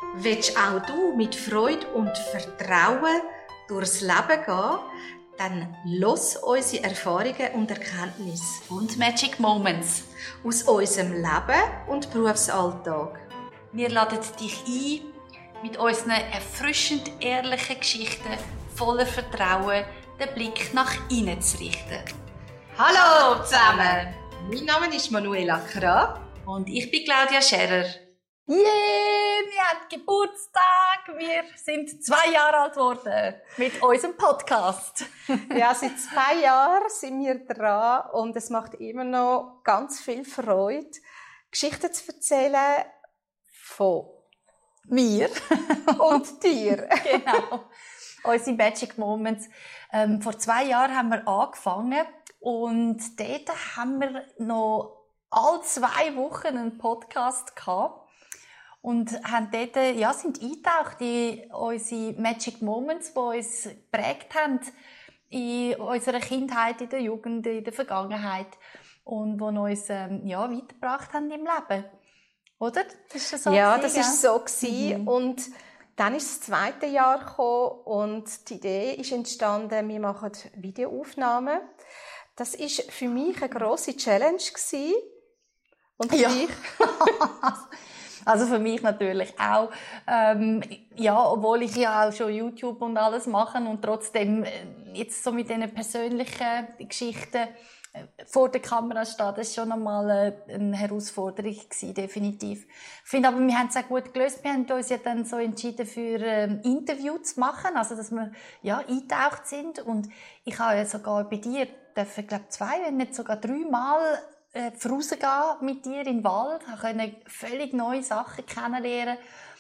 Willst auch du mit Freude und Vertrauen durchs Leben gehen, dann los unsere Erfahrungen und Erkenntnisse und Magic Moments aus unserem Leben und Berufsalltag. Wir laden dich ein, mit unseren erfrischend ehrlichen Geschichten voller Vertrauen den Blick nach innen zu richten. Hallo zusammen! Mein Name ist Manuela Krah. Und ich bin Claudia Scherer. Wir haben Geburtstag. Wir sind 2 Jahre alt geworden mit unserem Podcast. Ja, seit 2 Jahren sind wir dran und es macht immer noch ganz viel Freude, Geschichten zu erzählen von mir und dir. Genau. Unsere Magic Moments. Vor 2 Jahren haben wir angefangen und dort haben wir noch alle 2 Wochen einen Podcast gehabt. Und haben dort, sind eingetaucht in unsere Magic Moments, die uns geprägt haben in unserer Kindheit, in der Jugend, in der Vergangenheit und die uns weitergebracht haben im Leben. Oder? Das ist so ja, das war so. Und dann ist das 2. Jahr gekommen und die Idee ist entstanden, wir machen Videoaufnahmen. Das war für mich eine grosse Challenge gewesen. Und für dich? Also für mich natürlich auch. Obwohl ich ja auch schon YouTube und alles mache und trotzdem jetzt so mit diesen persönlichen Geschichten vor der Kamera stehen, das war schon einmal eine Herausforderung gewesen, definitiv. Ich finde aber, wir haben es auch gut gelöst. Wir haben uns ja dann so entschieden, für ein Interview zu machen, also dass wir eingetaucht sind. Und ich habe ja sogar bei dir dürfen, glaube 2, wenn nicht sogar 3 Mal rausgehen mit dir in den Wald, können völlig neue Sachen kennenlernen,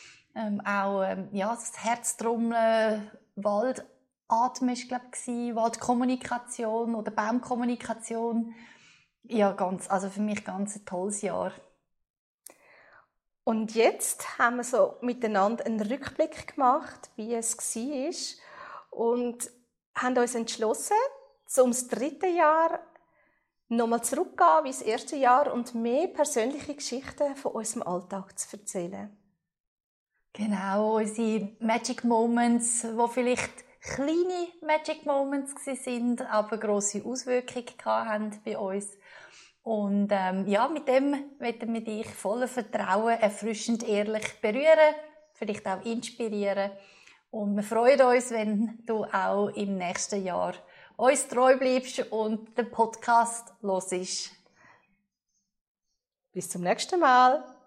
das Herztrommeln, Waldatmen ist, glaube ich, Waldkommunikation oder Baumkommunikation. Ja, also für mich ganz ein tolles Jahr. Und jetzt haben wir so miteinander einen Rückblick gemacht, wie es war und haben uns entschlossen, um das 3. Jahr nochmal zurückgehen wie das 1. Jahr und mehr persönliche Geschichten von unserem Alltag zu erzählen. Genau, unsere Magic Moments, die vielleicht kleine Magic Moments sind, aber grosse Auswirkungen haben bei uns. Und mit dem wollen wir dich voller Vertrauen erfrischend ehrlich berühren, vielleicht auch inspirieren. Und wir freuen uns, wenn du auch im nächsten Jahr uns treu bleibst und den Podcast hörst. Bis zum nächsten Mal.